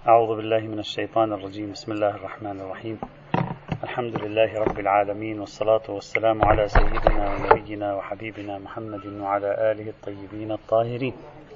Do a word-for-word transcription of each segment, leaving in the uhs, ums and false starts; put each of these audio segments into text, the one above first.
أعوذ بالله من الشيطان الرجيم. بسم الله الرحمن الرحيم. الحمد لله رب العالمين، والصلاة والسلام على سيدنا ونبينا وحبيبنا محمد وعلى آله الطيبين الطاهرين.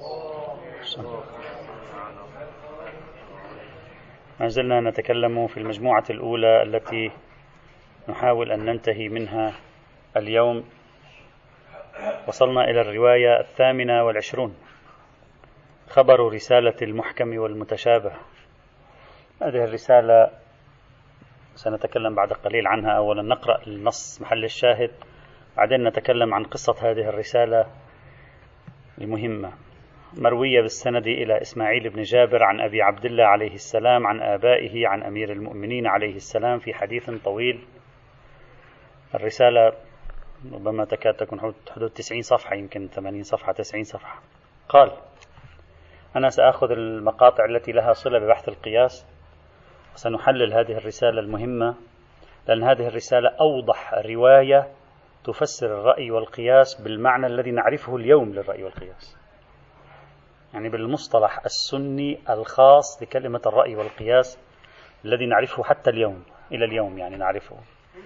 ما زلنا نتكلم في المجموعة الأولى التي نحاول أن ننتهي منها اليوم. وصلنا إلى الرواية الثامنة والعشرون، خبر رسالة المحكم والمتشابه. هذه الرسالة سنتكلم بعد قليل عنها. أولا نقرأ النص محل الشاهد، بعدين نتكلم عن قصة هذه الرسالة المهمة. مروية بالسند إلى إسماعيل بن جابر عن أبي عبد الله عليه السلام عن آبائه عن أمير المؤمنين عليه السلام في حديث طويل. الرسالة ربما تكاد تكون حدود تسعين صفحة، يمكن ثمانين صفحة تسعين صفحة. قال: أنا سأخذ المقاطع التي لها صلة ببحث القياس وسنحلل هذه الرسالة المهمة، لأن هذه الرسالة أوضح رواية تفسر الرأي والقياس بالمعنى الذي نعرفه اليوم للرأي والقياس، يعني بالمصطلح السني الخاص لكلمة الرأي والقياس الذي نعرفه حتى اليوم، إلى اليوم يعني نعرفه.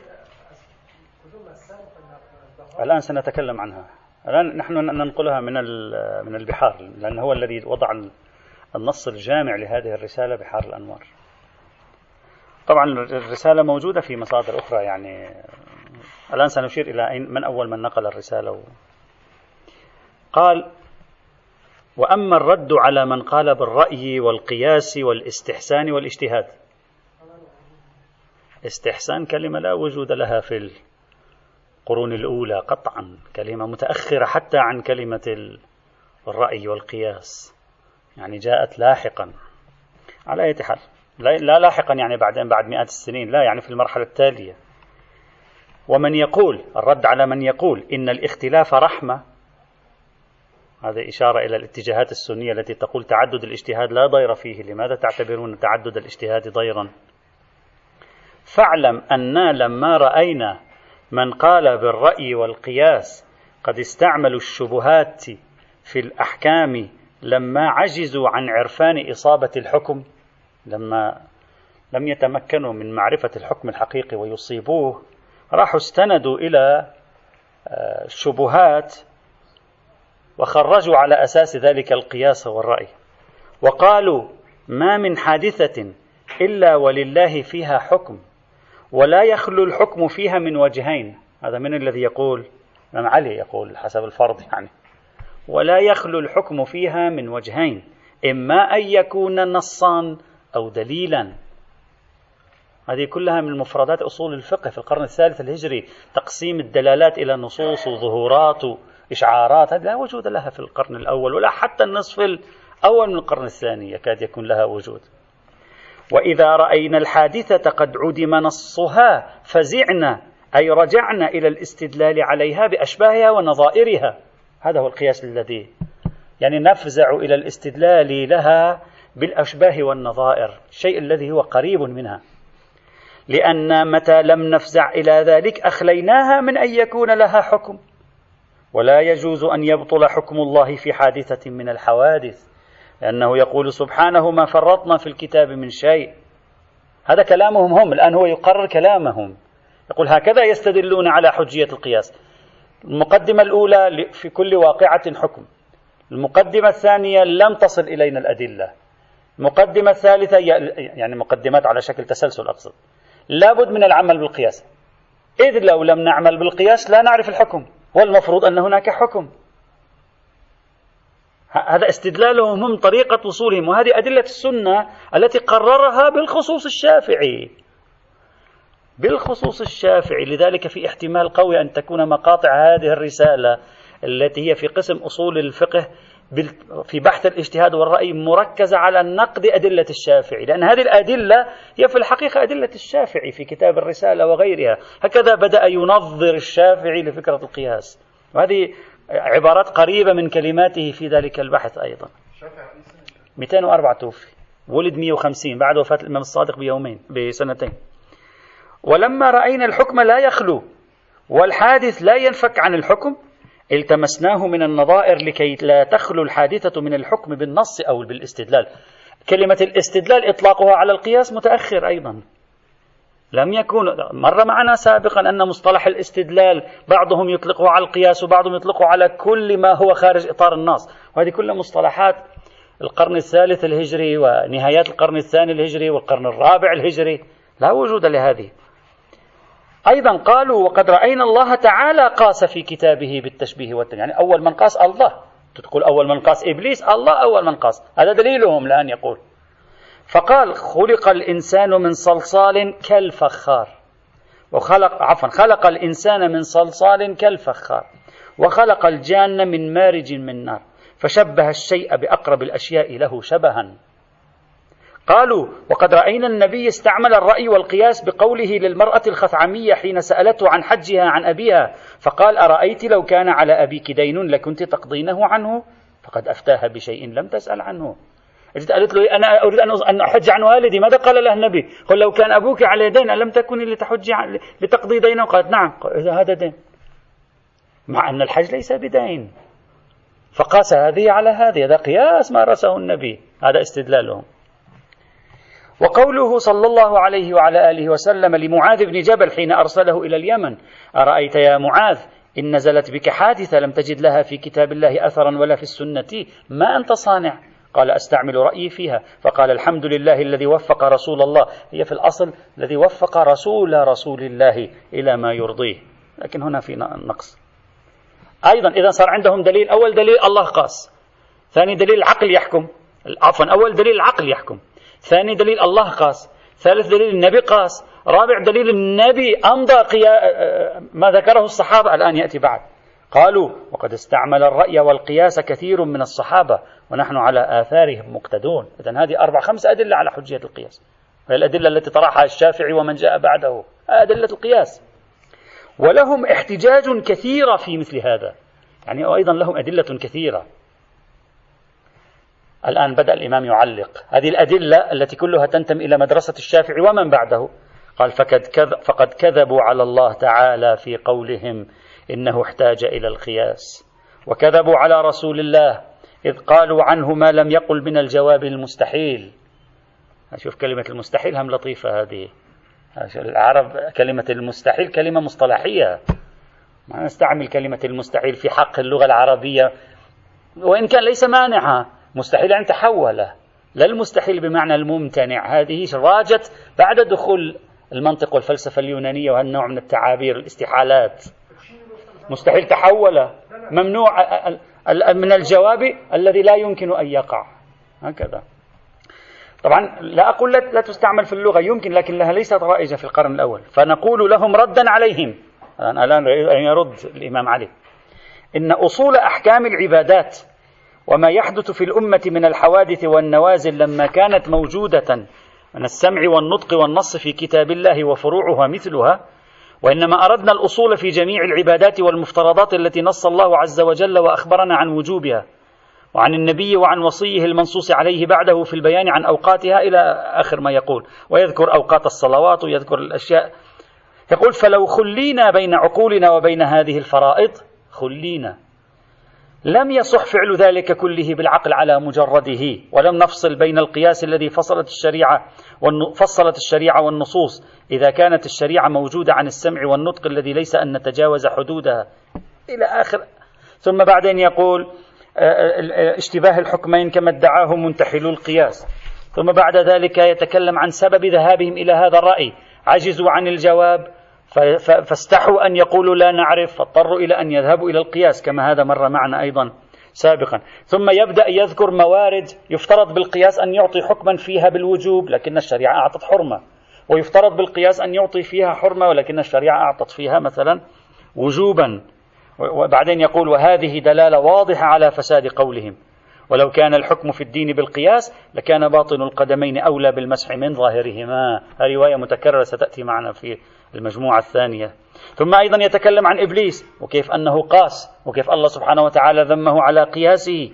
الآن سنتكلم عنها. الآن نحن ننقلها من من البحار، لأن هو الذي وضع النص الجامع لهذه الرسالة، بحار الأنوار. طبعا الرسالة موجودة في مصادر أخرى، يعني الآن سنشير إلى من أول من نقل الرسالة. قال: وأما الرد على من قال بالرأي والقياس والاستحسان والاجتهاد. استحسان كلمة لا وجود لها في القرون الأولى قطعا، كلمة متأخرة حتى عن كلمة الرأي والقياس، يعني جاءت لاحقا. على أي حال، لا لاحقا يعني بعدين بعد مئات السنين، لا، يعني في المرحلة التالية. ومن يقول، الرد على من يقول إن الاختلاف رحمة، هذا إشارة إلى الاتجاهات السنية التي تقول تعدد الاجتهاد لا ضير فيه. لماذا تعتبرون تعدد الاجتهاد ضيرا؟ فاعلم أننا لما رأينا من قال بالرأي والقياس قد استعملوا الشبهات في الأحكام لما عجزوا عن عرفان إصابة الحكم، لما لم يتمكنوا من معرفة الحكم الحقيقي ويصيبوه، راحوا استندوا إلى الشبهات وخرجوا على أساس ذلك القياس والرأي، وقالوا ما من حادثة إلا ولله فيها حكم ولا يخلو الحكم فيها من وجهين. هذا من الذي يقول؟ الإمام علي يقول حسب الفرض، يعني ولا يخلو الحكم فيها من وجهين، إما أن يكون نصا أو دليلا. هذه كلها من مفردات أصول الفقه في القرن الثالث الهجري، تقسيم الدلالات إلى نصوص وظهورات وإشعارات. هذه لا وجود لها في القرن الأول، ولا حتى النصف الأول من القرن الثاني يكاد يكون لها وجود. وإذا رأينا الحادثة قد عدم نصها فزعنا، أي رجعنا إلى الاستدلال عليها بأشباهها ونظائرها. هذا هو القياس الذي يعني نفزع إلى الاستدلال لها بالأشباه والنظائر، الشيء الذي هو قريب منها، لأن متى لم نفزع إلى ذلك أخليناها من أن يكون لها حكم، ولا يجوز أن يبطل حكم الله في حادثة من الحوادث، لأنه يقول سبحانه ما فرطنا في الكتاب من شيء. هذا كلامهم هم، الآن هو يقرر كلامهم، يقول هكذا يستدلون على حجية القياس. المقدمة الأولى في كل واقعة حكم، المقدمة الثانية لم تصل إلينا الأدلة، المقدمة الثالثة يعني مقدمات على شكل تسلسل أقصد، لابد من العمل بالقياس، إذ لو لم نعمل بالقياس لا نعرف الحكم، والمفروض أن هناك حكم. هذا استدلالهم هم، طريقة وصولهم، وهذه أدلة السنة التي قررها بالخصوص الشافعي بالخصوص الشافعي لذلك في احتمال قوي أن تكون مقاطع هذه الرسالة التي هي في قسم أصول الفقه في بحث الاجتهاد والرأي مركزة على نقد أدلة الشافعي، لأن هذه الأدلة هي في الحقيقة أدلة الشافعي في كتاب الرسالة وغيرها. هكذا بدأ ينظر الشافعي لفكرة القياس، وهذه عبارات قريبة من كلماته في ذلك البحث. أيضا مئتين وأربعة توفي، ولد مئة وخمسين بعد وفاة الإمام الصادق بيومين بسنتين. ولما رأينا الحكم لا يخلو والحادث لا ينفك عن الحكم التمسناه من النظائر لكي لا تخلو الحادثة من الحكم بالنص أو بالاستدلال. كلمة الاستدلال إطلاقها على القياس متأخر أيضا، لم يكن مر معنا سابقا أن مصطلح الاستدلال بعضهم يطلقه على القياس وبعضهم يطلقه على كل ما هو خارج إطار النص، وهذه كلها مصطلحات القرن الثالث الهجري ونهايات القرن الثاني الهجري والقرن الرابع الهجري، لا وجود لهذه. أيضا قالوا وقد رأينا الله تعالى قاس في كتابه بالتشبيه والتمثيل، يعني أول من قاس الله، تقول أول من قاس إبليس، الله أول من قاس، هذا دليلهم الآن يقول. فقال خلق الإنسان من صلصال كالفخار، وخلق عفوا خلق الإنسان من صلصال كالفخار وخلق الجان من مارج من نار، فشبه الشيء بأقرب الأشياء له شبها. قالوا وقد رأينا النبي استعمل الرأي والقياس بقوله للمرأة الخثعمية حين سألته عن حجها عن أبيها فقال أرأيت لو كان على أبيك دين لكنت تقضينه عنه، فقد أفتاها بشيء لم تسأل عنه. قالت له أنا أريد أن أحج عن والدي، ماذا قال له النبي؟ قل لو كان أبوك على دين ألم تكوني لتحجي عن لتقضي دينه؟ قالت نعم. إذا هذا دين، مع أن الحج ليس بدين، فقاس هذه على هذه، هذا قياس مارسه النبي، هذا استدلالهم. وقوله صلى الله عليه وعلى آله وسلم لمعاذ بن جبل حين أرسله إلى اليمن أرأيت يا معاذ إن نزلت بك حادثة لم تجد لها في كتاب الله أثرا ولا في السنة، ما أنت صانع؟ قال أستعمل رأيي فيها. فقال الحمد لله الذي وفق رسول الله، هي في الأصل الذي وفق رسول رسول الله إلى ما يرضيه، لكن هنا في نقص. أيضا إذا صار عندهم دليل، أول دليل الله قاس، ثاني دليل العقل يحكم، عفوا أول دليل العقل يحكم، ثاني دليل الله قاس، ثالث دليل النبي قاس، رابع دليل النبي أمضى قيا... ما ذكره الصحابة الآن يأتي بعد. قالوا وقد استعمل الرأي والقياس كثير من الصحابة ونحن على آثارهم مقتدون. إذن هذه أربع خمس أدلة على حجية القياس، وهي الأدلة التي طرحها الشافعي ومن جاء بعده، أدلة القياس، ولهم احتجاج كثيرة في مثل هذا، يعني أيضا لهم أدلة كثيرة. الآن بدأ الإمام يعلق هذه الأدلة التي كلها تنتمي إلى مدرسة الشافعي ومن بعده. قال فقد كذب فقد كذبوا على الله تعالى في قولهم إنه احتاج إلى القياس، وكذبوا على رسول الله إذ قالوا عنه ما لم يقل من الجواب المستحيل. أشوف كلمة المستحيل هم لطيفة هذه، العرب كلمة المستحيل كلمة مصطلحية، ما نستعمل كلمة المستحيل في حق اللغة العربية، وإن كان ليس مانعها، مستحيل أن تحول، لا المستحيل بمعنى الممتنع، هذه راجت بعد دخول المنطق والفلسفة اليونانية وهالنوع من التعابير الاستحالات. مستحيل تحول، ممنوع من الجواب الذي لا يمكن أن يقع، هكذا. طبعا لا أقول لا تستعمل في اللغة، يمكن، لكن لها ليست رائجة في القرن الأول. فنقول لهم ردا عليهم، الآن أن يرد الإمام علي، إن أصول أحكام العبادات وما يحدث في الأمة من الحوادث والنوازل لما كانت موجودة من السمع والنطق والنص في كتاب الله وفروعها مثلها، وإنما أردنا الأصول في جميع العبادات والمفترضات التي نص الله عز وجل وأخبرنا عن وجوبها، وعن النبي وعن وصيه المنصوص عليه بعده في البيان عن أوقاتها إلى آخر ما يقول، ويذكر أوقات الصلوات ويذكر الأشياء. يقول فلو خلينا بين عقولنا وبين هذه الفرائض، خلينا، لم يصح فعل ذلك كله بالعقل على مجرده، ولم نفصل بين القياس الذي فصلت الشريعة فصلت الشريعة والنصوص إذا كانت الشريعة موجودة عن السمع والنطق الذي ليس أن نتجاوز حدودها إلى آخر. ثم بعدين يقول اشتباه الحكمين كما ادعاه منتحلو القياس. ثم بعد ذلك يتكلم عن سبب ذهابهم إلى هذا الرأي، عجزوا عن الجواب فاستحوا أن يقولوا لا نعرف، فاضطروا إلى أن يذهبوا إلى القياس، كما هذا مر معنا أيضا سابقا. ثم يبدأ يذكر موارد يفترض بالقياس أن يعطي حكما فيها بالوجوب لكن الشريعة أعطت حرمة، ويفترض بالقياس أن يعطي فيها حرمة ولكن الشريعة أعطت فيها مثلا وجوبا. وبعدين يقول وهذه دلالة واضحة على فساد قولهم، ولو كان الحكم في الدين بالقياس لكان باطن القدمين أولى بالمسح من ظاهرهما. هذه رواية متكررة ستأتي معنا في المجموعة الثانية. ثم أيضا يتكلم عن إبليس وكيف أنه قاس، وكيف الله سبحانه وتعالى ذمه على قياسه.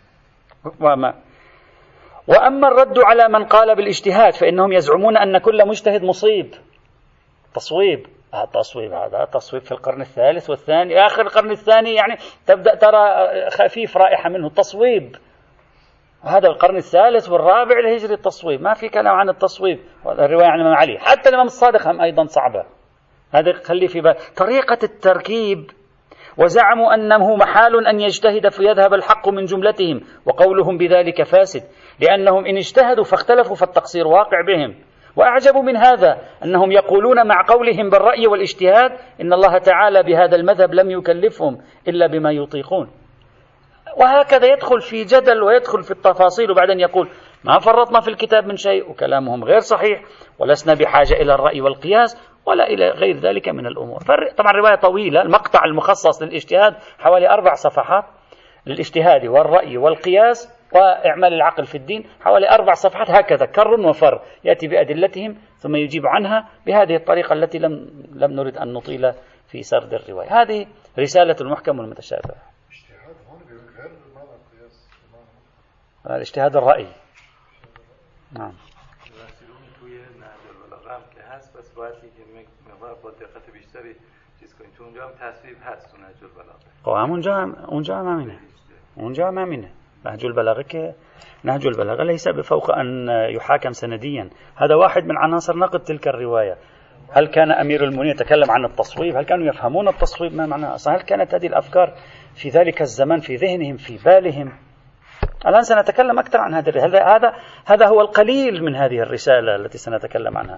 وما وأما الرد على من قال بالاجتهاد فإنهم يزعمون أن كل مجتهد مصيب. تصويب، هذا تصويب، هذا تصويب في القرن الثالث والثاني، آخر القرن الثاني يعني تبدأ ترى خفيف رائحة منه. تصويب هذا القرن الثالث والرابع الهجري التصويب، ما في كلام عن التصويب. الرواية عن الإمام علي حتى الإمام الصادق هم أيضا صعبة. هذا خلي في بال طريقة التركيب. وزعموا أنه محال أن يجتهد فيذهب الحق من جملتهم، وقولهم بذلك فاسد، لأنهم إن اجتهدوا فاختلفوا فالتقصير واقع بهم. وأعجب من هذا أنهم يقولون مع قولهم بالرأي والاجتهاد إن الله تعالى بهذا المذهب لم يكلفهم إلا بما يطيقون. وهكذا يدخل في جدل ويدخل في التفاصيل، وبعدين يقول ما فرطنا في الكتاب من شيء، وكلامهم غير صحيح، ولسنا بحاجة إلى الرأي والقياس ولا إلى غير ذلك من الأمور. طبعا رواية طويلة، المقطع المخصص للاجتهاد حوالي أربع صفحات، للاجتهاد والرأي والقياس وإعمال العقل في الدين حوالي أربع صفحات، هكذا كر وفر يأتي بأدلتهم ثم يجيب عنها بهذه الطريقة التي لم لم نريد أن نطيل في سرد الرواية. هذه رسالة المحكم والمتشابه. الاجتهاد الرأي. نعم. قوام اونجا اونجا مامینه اونجا مامینه نهج البلاغة که نهج البلاغة ليس بفوق أن يحاكم سنديا. هذا واحد من عناصر نقد تلك الرواية. هل كان أمير المؤمنين يتكلم عن التصويب؟ هل كانوا يفهمون التصويب ما معناه أصلا؟ هل كانت هذه الأفكار في ذلك الزمن في ذهنهم في بالهم؟ الآن سنتكلم أكثر عن هذا. هذا هذا هذا هو القليل من هذه الرسالة التي سنتكلم عنها.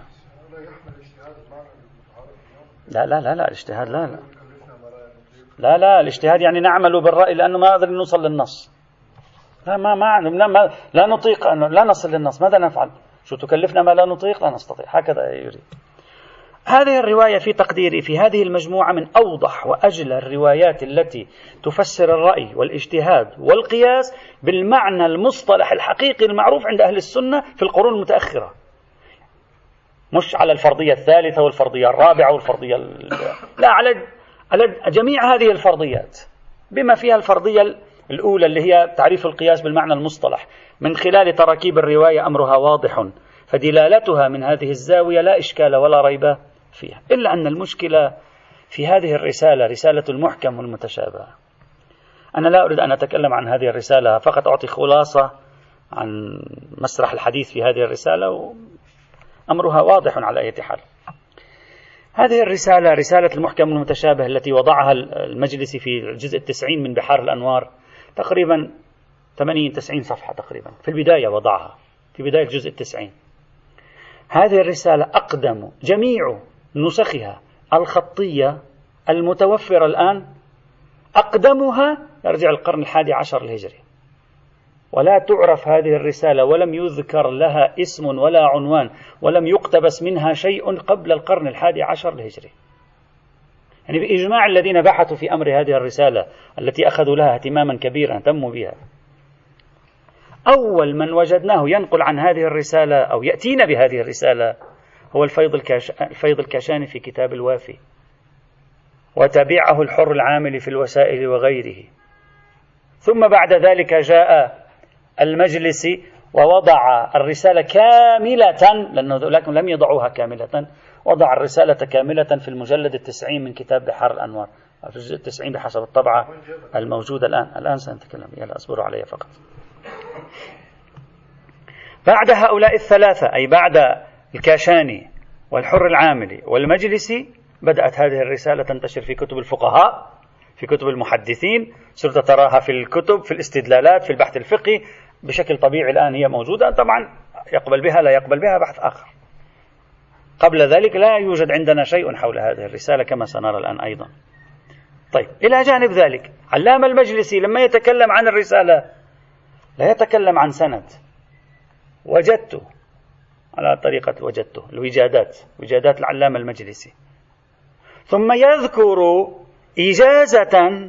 لا لا لا لا الاجتهاد لا لا لا لا الاجتهاد يعني نعمل بالرأي لأنه ما نقدر نوصل للنص. لا ما ما لا, ما لا نطيق أنه لا نصل للنص. ماذا نفعل؟ شو تكلفنا ما لا نطيق؟ لا نستطيع. هكذا يريد. هذه الرواية في تقديري في هذه المجموعة من أوضح وأجلى الروايات التي تفسر الرأي والاجتهاد والقياس بالمعنى المصطلح الحقيقي المعروف عند أهل السنة في القرون المتأخرة، مش على الفرضية الثالثة والفرضية الرابعة والفرضية لا، على على جميع هذه الفرضيات بما فيها الفرضية الأولى اللي هي تعريف القياس بالمعنى المصطلح. من خلال تراكيب الرواية أمرها واضح، فدلالتها من هذه الزاوية لا إشكال ولا ريب فيها. إلا أن المشكلة في هذه الرسالة رسالة المحكم والمتشابه. أنا لا أريد أن أتكلم عن هذه الرسالة، فقط أعطي خلاصة عن مسرح الحديث في هذه الرسالة وأمرها واضح على أي حال. هذه الرسالة رسالة المحكم والمتشابه التي وضعها المجلس في الجزء التسعين من بحار الأنوار، تقريبا ثمانين تسعين صفحة تقريبا، في البداية وضعها في بداية الجزء التسعين. هذه الرسالة أقدم جميع نسخها الخطية المتوفرة الآن، أقدمها يرجع القرن الحادي عشر الهجري، ولا تعرف هذه الرسالة ولم يذكر لها اسم ولا عنوان ولم يقتبس منها شيء قبل القرن الحادي عشر الهجري. يعني بإجماع الذين بحثوا في أمر هذه الرسالة التي أخذوا لها اهتماما كبيرا اهتموا بها، أول من وجدناه ينقل عن هذه الرسالة أو يأتينا بهذه الرسالة هو الفيض, الكاش... الفيض الكاشاني في كتاب الوافي، وتبعه الحر العامل في الوسائل وغيره. ثم بعد ذلك جاء المجلس ووضع الرسالة كاملة، لكن لم يضعوها كاملة، وضع الرسالة كاملة في المجلد التسعين من كتاب بحار الأنوار، في الجزء التسعين بحسب الطبعة الموجودة الآن. الآن سنتكلم، يلا أصبروا علي فقط. بعد هؤلاء الثلاثة، أي بعد الكاشاني والحر العاملي والمجلسي، بدأت هذه الرسالة تنتشر في كتب الفقهاء، في كتب المحدثين، صرت تراها في الكتب، في الاستدلالات، في البحث الفقهي بشكل طبيعي. الآن هي موجودة، طبعا يقبل بها لا يقبل بها بحث آخر. قبل ذلك لا يوجد عندنا شيء حول هذه الرسالة كما سنرى الآن أيضا. طيب، إلى جانب ذلك علام المجلسي لما يتكلم عن الرسالة لا يتكلم عن سند، وجدته على طريقة وجدته الوجادات، وجادات العلامة المجلسي، ثم يذكر إجازة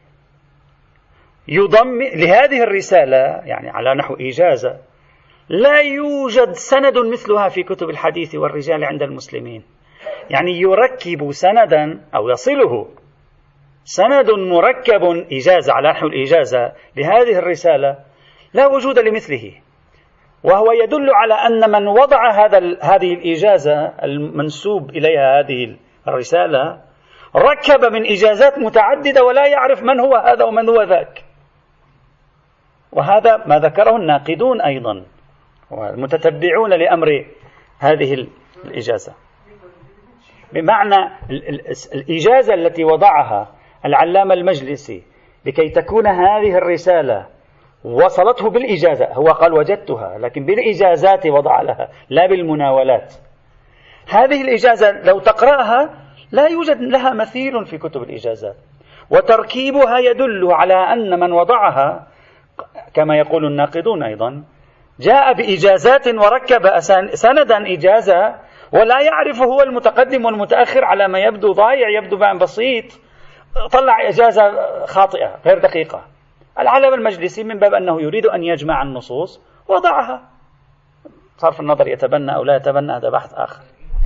يضم لهذه الرسالة، يعني على نحو إجازة لا يوجد سند مثلها في كتب الحديث والرجال عند المسلمين. يعني يركب سندا أو يصله سند مركب إجازة على نحو الإجازة لهذه الرسالة لا وجود لمثله، وهو يدل على أن من وضع هذا هذه الإجازة المنسوب إليها هذه الرسالة ركب من إجازات متعددة ولا يعرف من هو هذا ومن هو ذاك. وهذا ما ذكره الناقدون أيضا والمتتبعون لأمر هذه الإجازة، بمعنى الإجازة التي وضعها العلامة المجلسي لكي تكون هذه الرسالة وصلته بالإجازة، هو قال وجدتها، لكن بالإجازات وضع لها لا بالمناولات. هذه الإجازة لو تقرأها لا يوجد لها مثيل في كتب الإجازات، وتركيبها يدل على أن من وضعها كما يقول الناقدون أيضا جاء بإجازات وركب سندا إجازة ولا يعرف هو المتقدم والمتأخر على ما يبدو ضايع، يبدو بان بسيط، طلع إجازة خاطئة غير دقيقة. العلامة المجلسي من باب أنه يريد أن يجمع النصوص وضعها، صرف النظر يتبنى أو لا يتبنى هذا بحث آخر،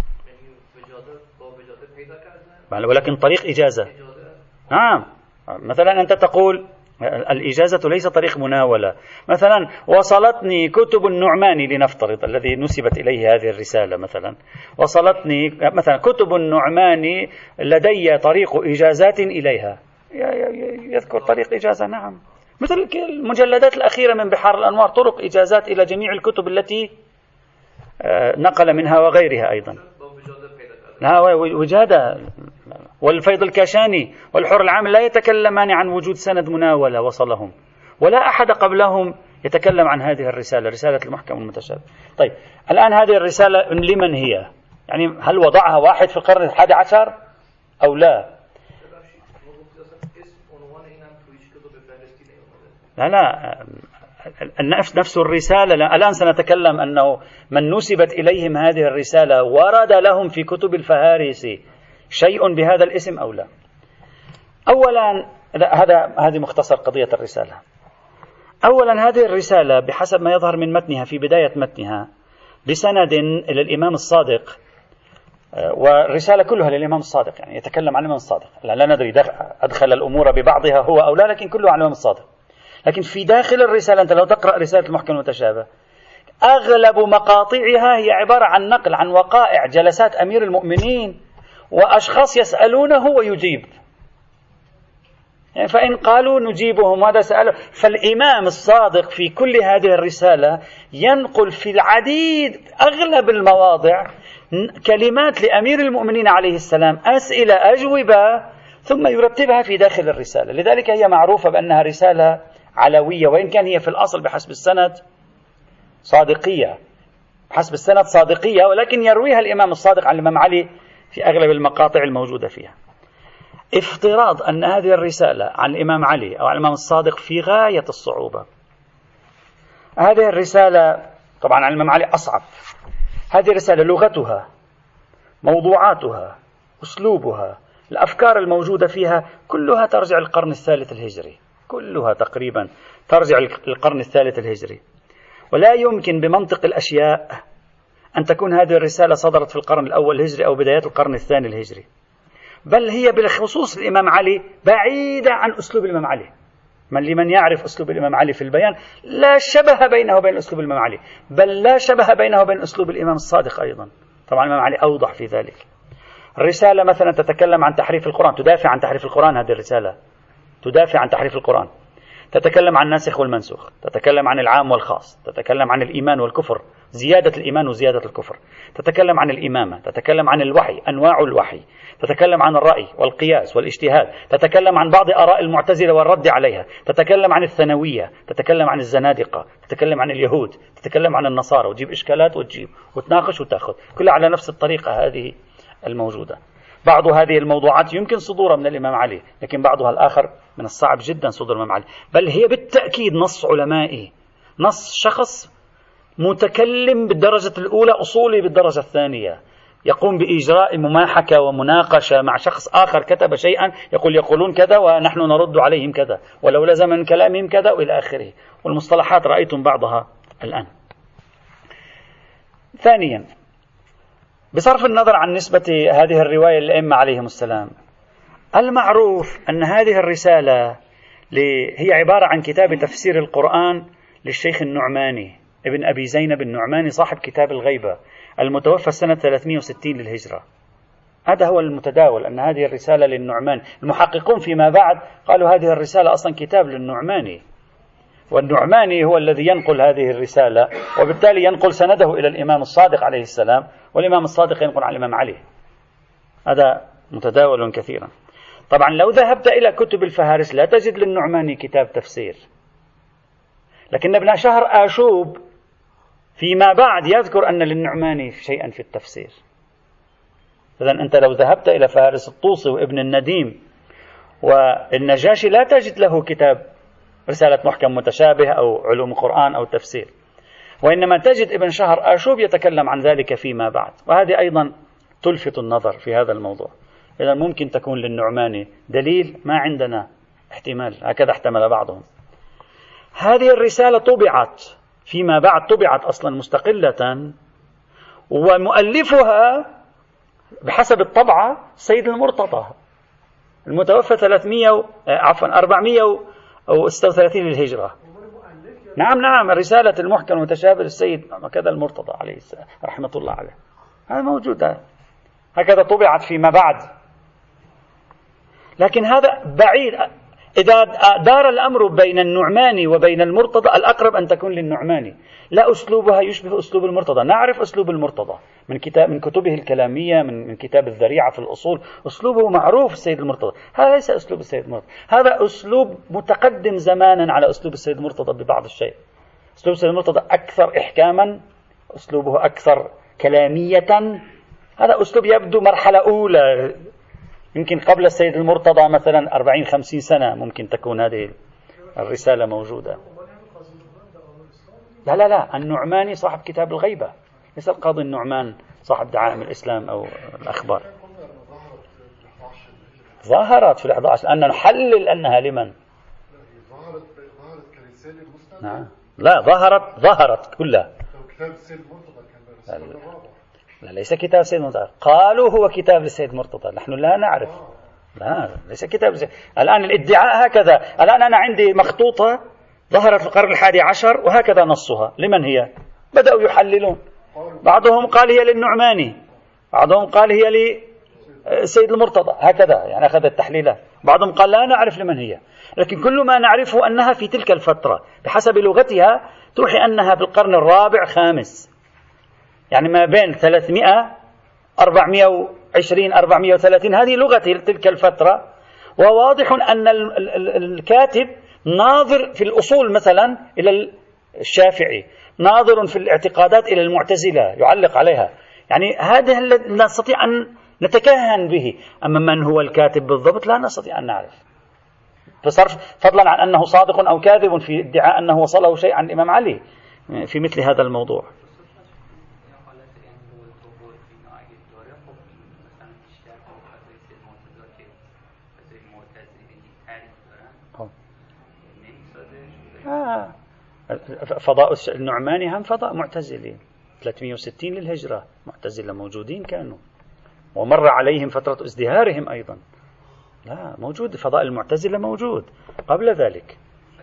ولكن طريق إجازة. نعم، مثلا أنت تقول الإجازة ليس طريق مناولة. مثلا وصلتني كتب النعماني لنفترض الذي نسبت إليه هذه الرسالة، مثلا وصلتني مثلا كتب النعماني لدي طريق إجازات إليها، يذكر طريق إجازة. نعم، مثل المجلدات الأخيرة من بحار الأنوار طرق إجازات إلى جميع الكتب التي نقل منها وغيرها أيضا. لا وجادة والفيض الكاشاني والحر العامل لا يتكلمان عن وجود سند مناولة وصلهم، ولا أحد قبلهم يتكلم عن هذه الرسالة، رسالة المحكم المتشابه. طيب الآن هذه الرسالة لمن هي؟ يعني هل وضعها واحد في القرن الحادي عشر أو لا؟ لا لا النفس نفس الرسالة. لا. الآن سنتكلم أنه من نسبت إليهم هذه الرسالة ورد لهم في كتب الفهارس شيء بهذا الاسم أو لا. أولا هذا هذه مختصر قضية الرسالة. أولا هذه الرسالة بحسب ما يظهر من متنها في بداية متنها بسند إلى الإمام الصادق، والرسالة كلها للإمام الصادق، يعني يتكلم عن الإمام الصادق. لا, لا ندري أدخل الأمور ببعضها هو أو لا، لكن كله عن الإمام الصادق. لكن في داخل الرسالة أنت لو تقرأ رسالة المحكم المتشابه أغلب مقاطعها هي عبارة عن نقل عن وقائع جلسات أمير المؤمنين وأشخاص يسألونه ويجيب، يعني فإن قالوا نجيبهم هذا سأله. فالإمام الصادق في كل هذه الرسالة ينقل في العديد أغلب المواضع كلمات لأمير المؤمنين عليه السلام، أسئلة أجوبة، ثم يرتبها في داخل الرسالة. لذلك هي معروفة بأنها رسالة علوية، وإن كان هي في الأصل بحسب السند صادقية، بحسب السند صادقية، ولكن يرويها الإمام الصادق عن الإمام علي في أغلب المقاطع الموجودة فيها. افتراض أن هذه الرسالة عن الإمام علي أو عن الإمام الصادق في غاية الصعوبة. هذه الرسالة طبعا عن الإمام علي أصعب. هذه الرسالة لغتها، موضوعاتها، أسلوبها، الأفكار الموجودة فيها كلها ترجع للقرن الثالث الهجري، كلها تقريبا ترجع للقرن الثالث الهجري. ولا يمكن بمنطق الأشياء أن تكون هذه الرسالة صدرت في القرن الأول الهجري أو بدايات القرن الثاني الهجري، بل هي بالخصوص الإمام علي بعيدة عن أسلوب الإمام علي. من لمن يعرف أسلوب الإمام علي في البيان لا شبه بينه وبين أسلوب الإمام علي، بل لا شبه بينه وبين أسلوب الإمام الصادق أيضا. طبعا الإمام علي أوضح في ذلك. الرسالة مثلا تتكلم عن تحريف القرآن، تدافع عن تحريف القرآن. هذه الرسالة تدافع عن تحريف القرآن، تتكلم عن الناسخ والمنسوخ، تتكلم عن العام والخاص، تتكلم عن الإيمان والكفر، زيادة الإيمان وزيادة الكفر، تتكلم عن الإمامة، تتكلم عن الوحي، أنواع الوحي، تتكلم عن الرأي والقياس والاجتهاد، تتكلم عن بعض آراء المعتزلة والرد عليها، تتكلم عن الثانوية، تتكلم عن الزنادقة، تتكلم عن اليهود، تتكلم عن النصارى، وتجيب إشكالات وتجيب وتناقش وتأخذ، كلها على نفس الطريقة هذه الموجودة. بعض هذه الموضوعات يمكن صدورها من الإمام علي، لكن بعضها الآخر من الصعب جدا صدور الإمام علي، بل هي بالتأكيد نص علمائي، نص شخص متكلم بالدرجة الأولى، أصولي بالدرجة الثانية، يقوم بإجراء مماحكة ومناقشة مع شخص آخر كتب شيئا يقول يقولون كذا ونحن نرد عليهم كذا، ولو لزم من كلامهم كذا وإلى آخره. والمصطلحات رأيتم بعضها الآن. ثانيا، بصرف النظر عن نسبة هذه الرواية للأئمة عليهم السلام، المعروف أن هذه الرسالة هي عبارة عن كتاب تفسير القرآن للشيخ النعماني ابن أبي زينب النعماني صاحب كتاب الغيبة المتوفى سنة ثلاثمائة وستين للهجرة. هذا هو المتداول أن هذه الرسالة للنعمان. المحققون فيما بعد قالوا هذه الرسالة أصلا كتاب للنعماني، والنعماني هو الذي ينقل هذه الرسالة، وبالتالي ينقل سنده إلى الإمام الصادق عليه السلام، والإمام الصادق ينقل عن الإمام علي. هذا متداول كثيرا. طبعا لو ذهبت إلى كتب الفهارس لا تجد للنعماني كتاب تفسير، لكن ابن شهر آشوب فيما بعد يذكر أن للنعماني شيئا في التفسير. إذن أنت لو ذهبت إلى فهارس الطوسي وابن النديم والنجاشي لا تجد له كتاب رسالة محكم متشابه أو علوم القرآن أو تفسير، وإنما تجد ابن شهر آشوب يتكلم عن ذلك فيما بعد، وهذه أيضا تلفت النظر في هذا الموضوع. إذن ممكن تكون للنعماني دليل، ما عندنا احتمال، هكذا احتمل بعضهم. هذه الرسالة طبعت فيما بعد، طبعت أصلا مستقلة، ومؤلفها بحسب الطبعة سيد المرتضى المتوفى ثلاثمائة عفوا أربعمائة وستة وثلاثين للهجرة. نعم نعم رسالة المحكم المتشابه للسيد كذا المرتضى عليه السلام رحمة الله عليه، هذا موجود، هكذا طبعت فيما بعد. لكن هذا بعيد. إذا دار الأمر بين النعماني وبين المرتضى الأقرب أن تكون للنعماني، لا أسلوبها يشبه أسلوب المرتضى. نعرف أسلوب المرتضى من كتاب من كتبه الكلامية، من من كتاب الذريعة في الأصول، أسلوبه معروف السيد المرتضى. هذا ليس أسلوب السيد المرتضى، هذا أسلوب متقدم زمانا على أسلوب السيد المرتضى ببعض الشيء. أسلوب السيد المرتضى أكثر إحكاما، أسلوبه أكثر كلامية. هذا أسلوب يبدو مرحلة أولى، يمكن قبل السيد المرتضى مثلا أربعين خمسين سنة ممكن تكون هذه الرسالة موجودة. لا لا لا النعماني صاحب كتاب الغيبة، ليس القاضي النعمان صاحب دعائم الإسلام أو الأخبار. ظهرت في الأحد عشر، أن نحلل أنها لمن؟ نعم لا ظهرت ظهرت كلها. لا ليس كتاب سيد مرتضى، قالوا هو كتاب للسيد مرتضى، نحن لا نعرف. لا ليس كتاب سيد. الآن الادعاء هكذا. الآن أنا عندي مخطوطة ظهرت في القرن الحادي عشر وهكذا نصها، لمن هي؟ بدأوا يحللون، بعضهم قال هي للنعماني، بعضهم قال هي للسيد المرتضى، هكذا يعني أخذ التحليلات. بعضهم قال لا نعرف لمن هي، لكن كل ما نعرفه أنها في تلك الفترة بحسب لغتها توحي أنها في القرن الرابع خامس، يعني ما بين ثلاثمائة أربعمائة وعشرين أربعمائة وثلاثين، هذه لغة تلك الفترة. وواضح أن الكاتب ناظر في الأصول مثلا إلى الشافعي، ناظر في الاعتقادات إلى المعتزلة يعلق عليها، يعني هذا الذي نستطيع أن نتكهن به. أما من هو الكاتب بالضبط لا نستطيع أن نعرف، فصرف فضلا عن أنه صادق أو كاذب في ادعاء أنه وصله شيء عن الإمام علي في مثل هذا الموضوع. آه. فضاء النعماني هم فضاء معتزلي، ثلاثمائة وستين للهجرة معتزلة موجودين كانوا، ومر عليهم فترة ازدهارهم أيضا. لا موجود فضاء المعتزلة موجود قبل ذلك،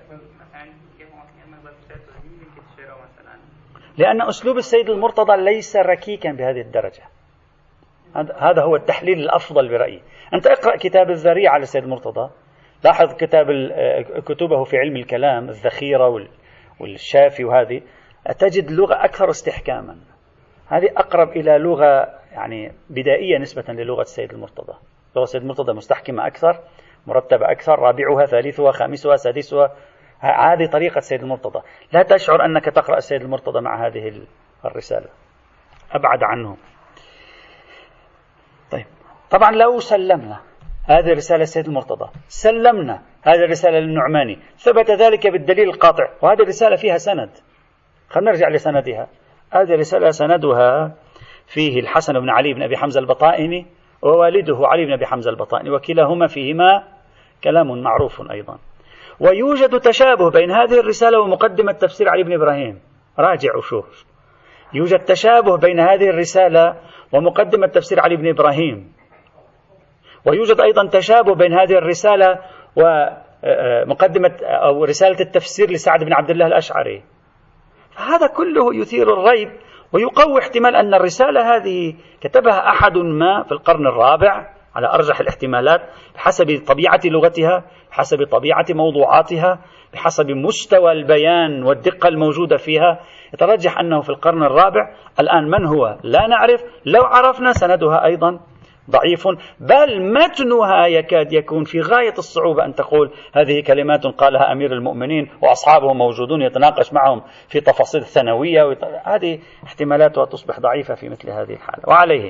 لأن أسلوب السيد المرتضى ليس ركيكا بهذه الدرجة. هذا هو التحليل الأفضل برأيي. أنت اقرأ كتاب الذريعة على السيد المرتضى، لاحظ كتاب كتبه في علم الكلام الذخيرة والشافي، وهذه تجد لغة أكثر استحكاما. هذه أقرب إلى لغة يعني بدائية نسبة للغة السيد المرتضى. لغة السيد المرتضى مستحكمة أكثر، مرتبة أكثر، رابعها ثالثها خامسها سادسها. هذه طريقة السيد المرتضى، لا تشعر أنك تقرأ السيد المرتضى مع هذه الرسالة، أبعد عنه. طيب طبعا لو سلمنا هذه الرسالة السيد المرتضى، سلمنا هذه الرسالة للنعماني، ثبت ذلك بالدليل القاطع، وهذه الرسالة فيها سند. خلينا نرجع لسندها. هذه الرسالة سندها فيه الحسن بن علي بن أبي حمزة البطائني ووالده علي بن أبي حمزة البطائني، وكلاهما فيهما كلام معروف أيضا. ويوجد تشابه بين هذه الرسالة ومقدمة تفسير علي بن إبراهيم. راجع وشوف، يوجد تشابه بين هذه الرسالة ومقدمة تفسير علي بن إبراهيم، ويوجد أيضا تشابه بين هذه الرسالة ومقدمة أو رسالة التفسير لسعد بن عبد الله الأشعري. فهذا كله يثير الريب ويقوي احتمال أن الرسالة هذه كتبها أحد ما في القرن الرابع على أرجح الاحتمالات، بحسب طبيعة لغتها، بحسب طبيعة موضوعاتها، بحسب مستوى البيان والدقة الموجودة فيها. يترجح أنه في القرن الرابع الآن من هو لا نعرف، لو عرفنا سندها أيضا ضعيف، بل متنها يكاد يكون في غاية الصعوبة أن تقول هذه كلمات قالها أمير المؤمنين وأصحابه موجودون يتناقش معهم في تفاصيل ثانوية ويط... هذه احتمالاتها تصبح ضعيفة في مثل هذه الحالة. وعليه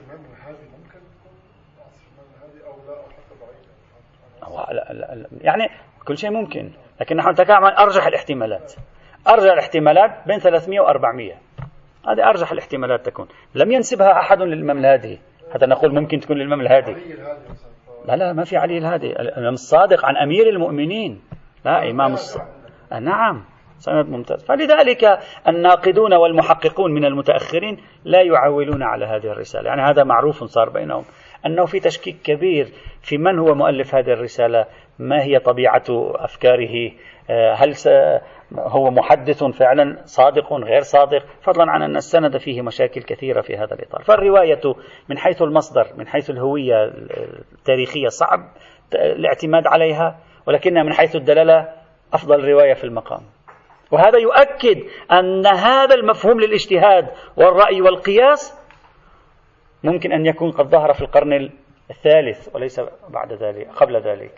يعني كل شيء ممكن، لكن نحن نتكلم عن أرجح الاحتمالات. أرجح الاحتمالات بين ثلاثمئة وأربعمية، هذه أرجح الاحتمالات تكون. لم ينسبها أحد للإمام الهادي حتى نقول ممكن تكون للإمام الهادي. لا لا ما في علي الهادي، الإمام الصادق عن أمير المؤمنين، لا إمام الصادق. نعم سند ممتاز. فلذلك الناقدون والمحققون من المتأخرين لا يعولون على هذه الرسالة، يعني هذا معروف صار بينهم أنه في تشكيك كبير في من هو مؤلف هذه الرسالة، ما هي طبيعة أفكاره، هل هو محدث فعلا صادق غير صادق، فضلا عن أن السند فيه مشاكل كثيرة في هذا الإطار. فالرواية من حيث المصدر من حيث الهوية التاريخية صعب الاعتماد عليها، ولكنها من حيث الدلالة أفضل رواية في المقام. وهذا يؤكد أن هذا المفهوم للاجتهاد والرأي والقياس ممكن أن يكون قد ظهر في القرن الثالث وليس بعد ذلك قبل ذلك.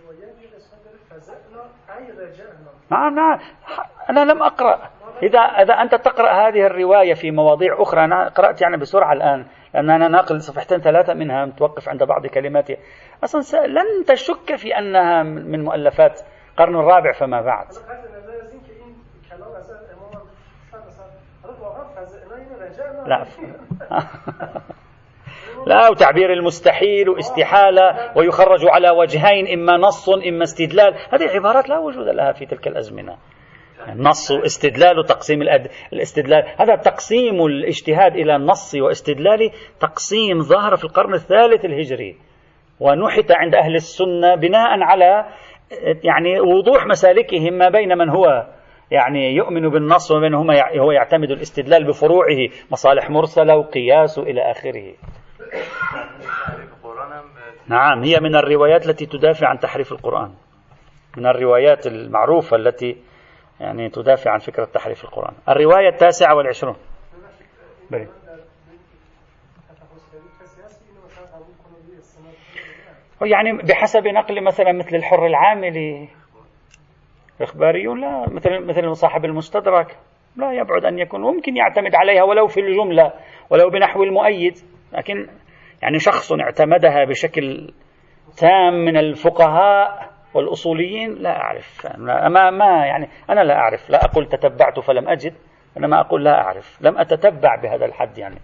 نعم نعم أنا لم أقرأ. إذا إذا أنت تقرأ هذه الرواية في مواضيع أخرى، أنا قرأت يعني بسرعة الآن لأن أنا ناقل صفحتين ثلاثة منها متوقف عند بعض كلماتها، أصلا لن تشك في أنها من مؤلفات القرن الرابع فما بعد. لا لا وتعبير المستحيل واستحالة ويخرج على وجهين، إما نص إما استدلال، هذه عبارات لا وجود لها في تلك الأزمنة. نص واستدلال وتقسيم الأد... الاستدلال، هذا تقسيم الاجتهاد إلى نص واستدلال تقسيم ظهر في القرن الثالث الهجري، ونحت عند أهل السنة بناء على يعني وضوح مسالكهم ما بين من هو يعني يؤمن بالنص ومن هو يعتمد الاستدلال بفروعه، مصالح مرسلة وقياس إلى آخره. نعم هي من الروايات التي تدافع عن تحريف القرآن، من الروايات المعروفة التي يعني تدافع عن فكرة تحريف القرآن. الرواية التاسعة والعشرون بلي. يعني بحسب نقل مثلا مثل الحر العاملي إخباري، لا مثل مثل صاحب المستدرك لا يبعد أن يكون ممكن يعتمد عليها ولو في الجملة ولو بنحو المؤيد، لكن يعني شخص اعتمدها بشكل تام من الفقهاء والأصوليين لا أعرف. ما ما يعني أنا لا أعرف، لا أقول تتبعت فلم أجد، إنما أقول لا أعرف، لم أتتبع بهذا الحد يعني.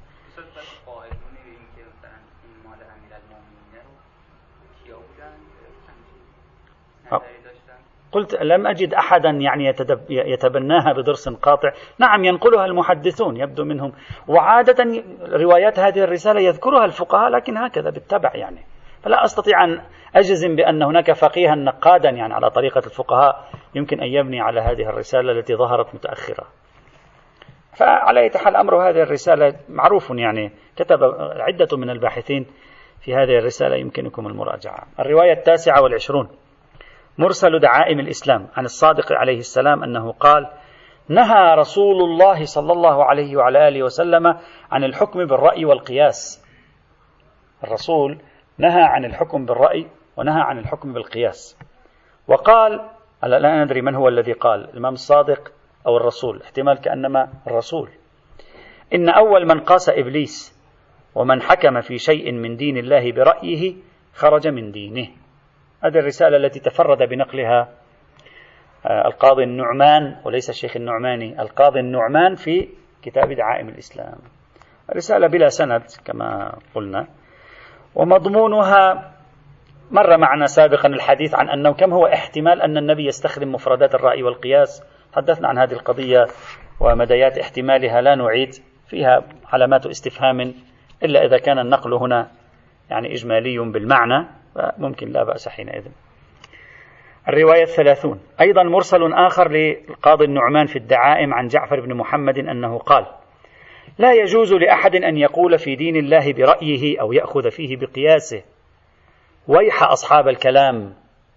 قلت لم أجد أحدا يعني يتبناها بدرس قاطع. نعم ينقلها المحدثون يبدو منهم، وعادة روايات هذه الرسالة يذكرها الفقهاء لكن هكذا بالتبع يعني، فلا أستطيع أن أجزم بأن هناك فقيها نقادا يعني على طريقة الفقهاء يمكن أن يبني على هذه الرسالة التي ظهرت متأخرة. فعلى أي حال أمر هذه الرسالة معروف، يعني كتب عدة من الباحثين في هذه الرسالة يمكنكم المراجعة. الرواية التاسعة والعشرون مرسل دعائم الإسلام عن الصادق عليه السلام أنه قال: نهى رسول الله صلى الله عليه وعلى آله وسلم عن الحكم بالرأي والقياس. الرسول نهى عن الحكم بالرأي ونهى عن الحكم بالقياس، وقال، لا ندري من هو الذي قال، الإمام الصادق أو الرسول، احتمال كأنما الرسول: إن أول من قاس إبليس ومن حكم في شيء من دين الله برأيه خرج من دينه. هذه الرسالة التي تفرد بنقلها القاضي النعمان وليس الشيخ النعماني، القاضي النعمان في كتاب دعائم الإسلام. رسالة بلا سند كما قلنا، ومضمونها مر معنا سابقا الحديث عن أنه كم هو احتمال أن النبي يستخدم مفردات الرأي والقياس. تحدثنا عن هذه القضية ومديات احتمالها، لا نعيد فيها علامات استفهام إلا إذا كان النقل هنا يعني إجمالي بالمعنى فممكن لا بأس حينئذ. الرواية الثلاثون أيضا مرسل آخر للقاضي النعمان في الدعائم عن جعفر بن محمد أنه قال: لا يجوز لأحد أن يقول في دين الله برأيه أو يأخذ فيه بقياسه، ويح أصحاب الكلام،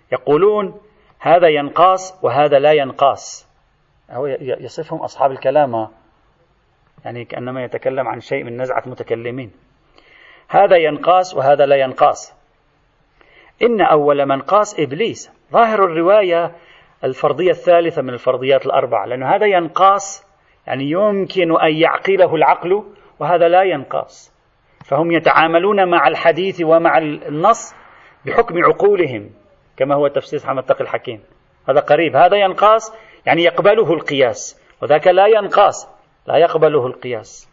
يقولون هذا ينقاس وهذا لا ينقاس. هو يصفهم أصحاب الكلام يعني كأنما يتكلم عن شيء من نزعة متكلمين. هذا ينقاس وهذا لا ينقاس. إن أول من قاس إبليس. ظاهر الرواية الفرضية الثالثة من الفرضيات الأربعة، لأن هذا ينقاس يعني يمكن أن يعقله العقل، وهذا لا ينقاس. فهم يتعاملون مع الحديث ومع النص بحكم عقولهم، كما هو تفسير محمد تقي الحكيم. هذا قريب. هذا ينقاس يعني يقبله القياس، وذاك لا ينقاس لا يقبله القياس.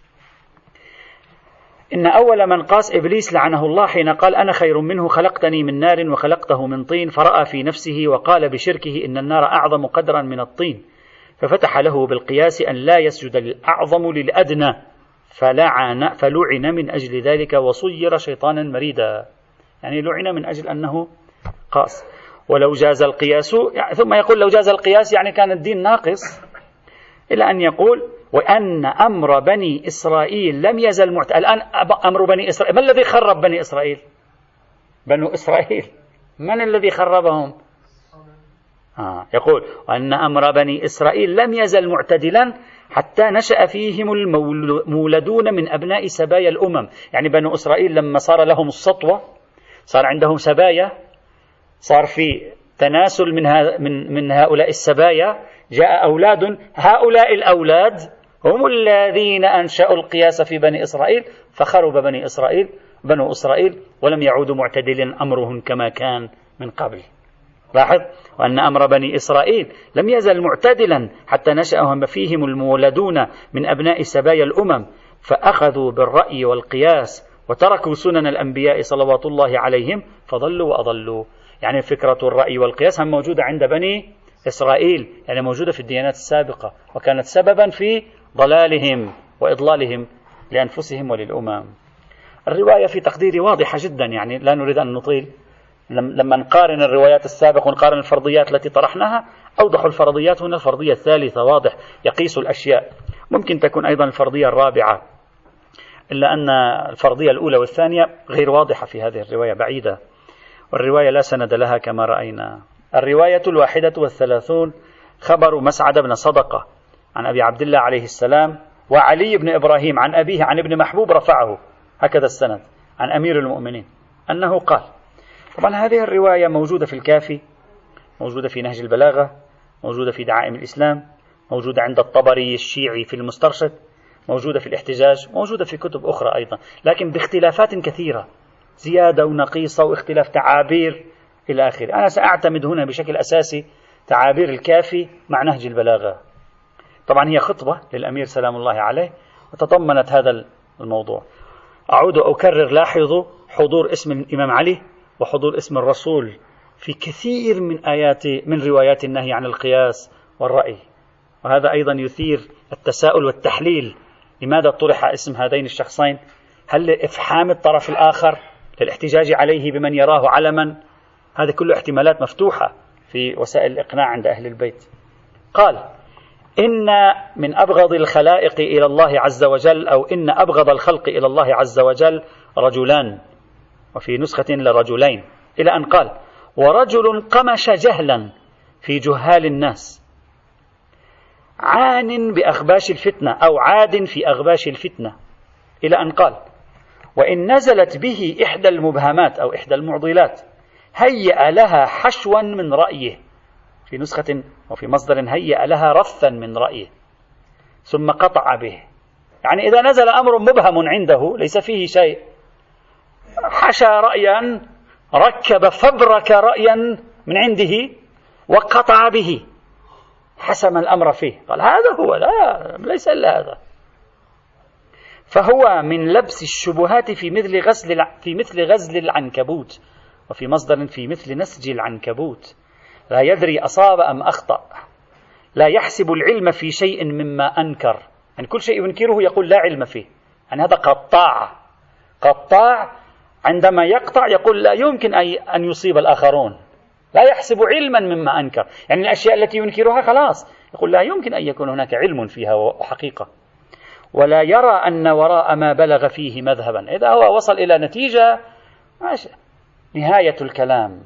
إن أول من قاس إبليس لعنه الله حين قال أنا خير منه خلقتني من نار وخلقته من طين، فرأى في نفسه وقال بشركه إن النار أعظم قدرا من الطين، ففتح له بالقياس أن لا يسجد الأعظم للأدنى، فلعن, فلعن من أجل ذلك وصير شيطانا مريدا. يعني لعن من أجل أنه قاس. ولو جاز القياس يعني ثم يقول لو جاز القياس يعني كان الدين ناقص، إلى أن يقول وأن أمر بني إسرائيل لم يزل معت... الآن أمر بني إسرائيل، ما الذي خرب بني إسرائيل؟ بنو إسرائيل. من الذي خربهم؟ آه. يقول وأن أمر بني إسرائيل لم يزل معتدلا حتى نشأ فيهم المولدون من أبناء سبايا الأمم. يعني بنو إسرائيل لما صار لهم السطوة، صار عندهم سبايا، صار في تناسل من, ها من, من هؤلاء السبايا، جاء أولاد، هؤلاء الأولاد هم الذين أنشأوا القياس في بني إسرائيل، فخرب بني إسرائيل بنو إسرائيل ولم يعودوا معتدلين أمرهم كما كان من قبل. لاحظ وأن أمر بني إسرائيل لم يزل معتدلا حتى نشأهم فيهم المولدون من أبناء سبايا الأمم، فأخذوا بالرأي والقياس وتركوا سنن الأنبياء صلوات الله عليهم فضلوا وأضلوا. يعني فكرة الرأي والقياس هم موجودة عند بني إسرائيل، يعني موجودة في الديانات السابقة، وكانت سببا في ضلالهم وإضلالهم لأنفسهم وللأمم. الرواية في تقديري واضحة جدا، يعني لا نريد أن نطيل. لما نقارن الروايات السابقة ونقارن الفرضيات التي طرحناها، أوضح الفرضيات هنا الفرضية الثالثة، واضح يقيس الأشياء. ممكن تكون أيضا الفرضية الرابعة، إلا أن الفرضية الأولى والثانية غير واضحة في هذه الرواية، بعيدة، والرواية لا سند لها كما رأينا. الرواية الواحدة والثلاثون خبر مسعد بن صدقة عن أبي عبد الله عليه السلام وعلي بن إبراهيم عن أبيه عن ابن محبوب رفعه، هكذا السند عن أمير المؤمنين أنه قال. طبعا هذه الرواية موجودة في الكافي، موجودة في نهج البلاغة، موجودة في دعائم الإسلام، موجودة عند الطبري الشيعي في المسترشد، موجودة في الاحتجاج، موجودة في كتب أخرى أيضا، لكن باختلافات كثيرة، زيادة ونقيصة واختلاف تعابير إلى آخره. أنا سأعتمد هنا بشكل أساسي تعابير الكافي مع نهج البلاغة. طبعا هي خطبة للأمير سلام الله عليه وتضمنت هذا الموضوع. أعود وأكرر، لاحظوا حضور اسم الإمام علي وحضور اسم الرسول في كثير من آيات من روايات النهي عن القياس والرأي، وهذا أيضا يثير التساؤل والتحليل. لماذا طرح اسم هذين الشخصين؟ هل لإفحام الطرف الآخر للاحتجاج عليه بمن يراه علما؟ هذا كله احتمالات مفتوحة في وسائل الإقناع عند أهل البيت. قال إن من أبغض الخلائق إلى الله عز وجل، أو إن أبغض الخلق إلى الله عز وجل رجلان، وفي نسخة لرجلين، إلى أن قال ورجل قمش جهلا في جهال الناس عان بأخباش الفتنة، أو عاد في أغباش الفتنة، إلى أن قال وإن نزلت به إحدى المبهمات أو إحدى المعضلات هيأ لها حشوا من رأيه، في نسخة وفي مصدر هيأ لها رثا من رأيه ثم قطع به. يعني إذا نزل أمر مبهم عنده ليس فيه شيء، حشى رأيا، ركب فبرك رأيا من عنده وقطع به، حسم الأمر فيه، قال هذا هو، لا ليس إلا هذا. فهو من لبس الشبهات في مثل غزل في مثل غزل العنكبوت، وفي مصدر في مثل نسج العنكبوت، لا يدري أصاب أم أخطأ، لا يحسب العلم في شيء مما أنكر، يعني كل شيء ينكره يقول لا علم فيه، يعني هذا قطاع. قطاع عندما يقطع يقول لا يمكن أن يصيب الآخرون، لا يحسب علما مما أنكر، يعني الأشياء التي ينكرها خلاص يقول لا يمكن أن يكون هناك علم فيها وحقيقة. ولا يرى أن وراء ما بلغ فيه مذهبا، إذا هو وصل إلى نتيجة ماشي. نهاية الكلام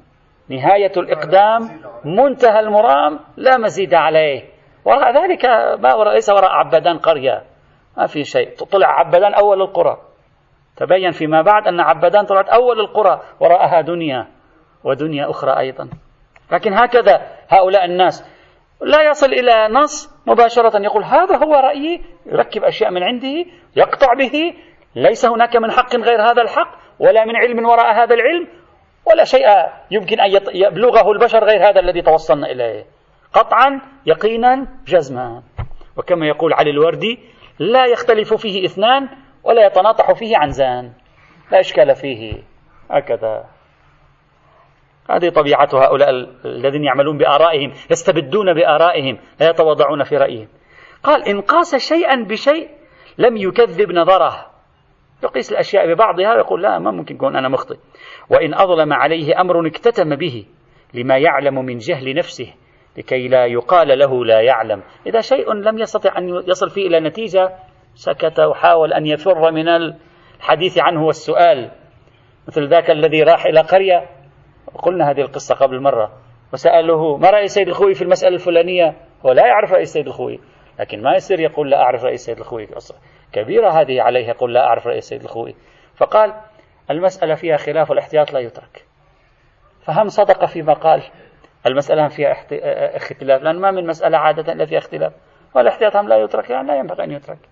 نهاية الإقدام منتهى المرام لا مزيد عليه. وراء ذلك ما وراء ليس وراء عبدان قرية، ما في شيء. طلع عبدان أول القرى، تبين فيما بعد أن عبدان طلعت أول القرى، وراءها دنيا ودنيا أخرى أيضا. لكن هكذا هؤلاء الناس لا يصل إلى نص مباشرة يقول هذا هو رأيي، يركب أشياء من عنده يقطع به، ليس هناك من حق غير هذا الحق، ولا من علم وراء هذا العلم، ولا شيء يمكن أن يبلغه البشر غير هذا الذي توصلنا إليه، قطعا يقينا جزما. وكما يقول علي الوردي: لا يختلف فيه اثنان ولا يتناطح فيه عنزان، لا إشكال فيه. هكذا هذه طبيعة هؤلاء الذين يعملون بآرائهم، يستبدون بآرائهم، لا يتواضعون في رأيهم. قال: إن قاس شيئا بشيء لم يكذب نظره، يقيس الأشياء ببعضها ويقول لا، ما ممكن يكون أنا مخطئ. وإن أظلم عليه أمر اكتتم به لما يعلم من جهل نفسه لكي لا يقال له لا يعلم. إذا شيء لم يستطع أن يصل فيه إلى نتيجة سكت وحاول أن يفر من الحديث عنه والسؤال، مثل ذاك الذي راح إلى قرية، قلنا هذه القصة قبل مرة، وسأله: ما رأي السيد الخوئي في المسألة الفلانية؟ هو لا يعرف رأي السيد الخوئي، لكن ما يصير يقول لا أعرف رأي السيد الخوئي، كبيرة هذه عليه يقول لا أعرف رأي السيد الخوئي. فقال: المسألة فيها خلاف والاحتياط لا يترك. فهم صدق فيما قال، المسألة فيها اختلاف، لأن ما من مسألة عادة إلا فيها اختلاف، والاحتياط هم لا يترك، يعني لا ينبغي أن يترك.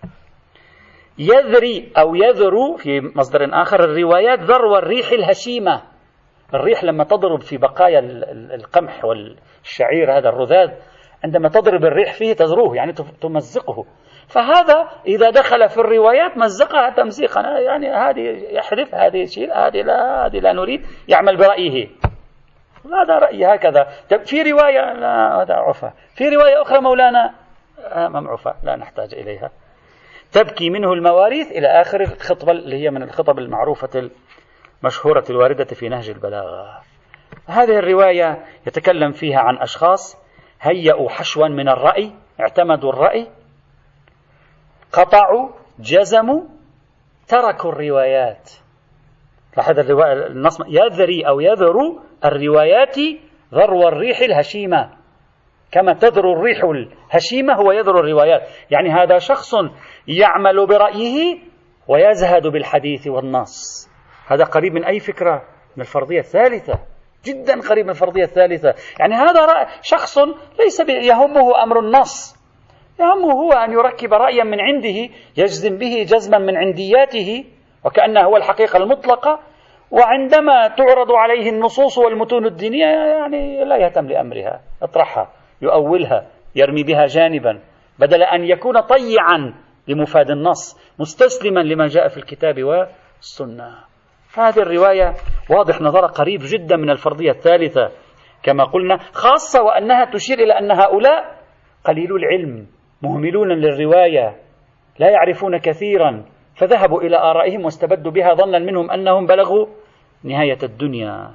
يذري أو يذرو في مصدر آخر الروايات ذرو الريح الهشيمة. الريح لما تضرب في بقايا القمح والشعير هذا الرذاذ، عندما تضرب الريح فيه تذروه، يعني تمزقه. فهذا إذا دخل في الروايات مزقها تمزيقا، يعني هذه يحذف، هذه يشيل، هذه لا، هذه لا نريد، يعمل برأيه. هذا رأيي هكذا. في رواية لا، هذا عفا. في رواية أخرى مولانا ممعوفة لا نحتاج إليها، تبكي منه المواريث إلى آخر الخطبة اللي هي من الخطب المعروفة المشهورة الواردة في نهج البلاغة. هذه الرواية يتكلم فيها عن أشخاص هيئوا حشوا من الرأي، اعتمدوا الرأي، قطعوا، جزموا، تركوا الروايات. لاحظ الرواية النص: يذري أو يذرو الروايات ذرو الريح الهشيمة، كما تذرو الريح الهشيمة هو يذرو الروايات. يعني هذا شخص يعمل برأيه ويزهد بالحديث والنص. هذا قريب من أي فكرة؟ من الفرضية الثالثة، جدا قريب من الفرضية الثالثة. يعني هذا رأي شخص ليس يهمه أمر النص، يهمه هو أن يركب رأيا من عنده يجزم به جزما من عندياته وكأنه هو الحقيقة المطلقة، وعندما تعرض عليه النصوص والمتون الدينية يعني لا يهتم لأمرها، يطرحها، يؤولها، يرمي بها جانبا، بدل أن يكون طيعا لمفاد النص، مستسلما لما جاء في الكتاب والسنة. هذه الرواية واضح نظرة قريب جدا من الفرضية الثالثة كما قلنا، خاصة وأنها تشير إلى أن هؤلاء قليلو العلم، مهملون للرواية، لا يعرفون كثيرا، فذهبوا إلى آرائهم واستبدوا بها ظنا منهم أنهم بلغوا نهاية الدنيا.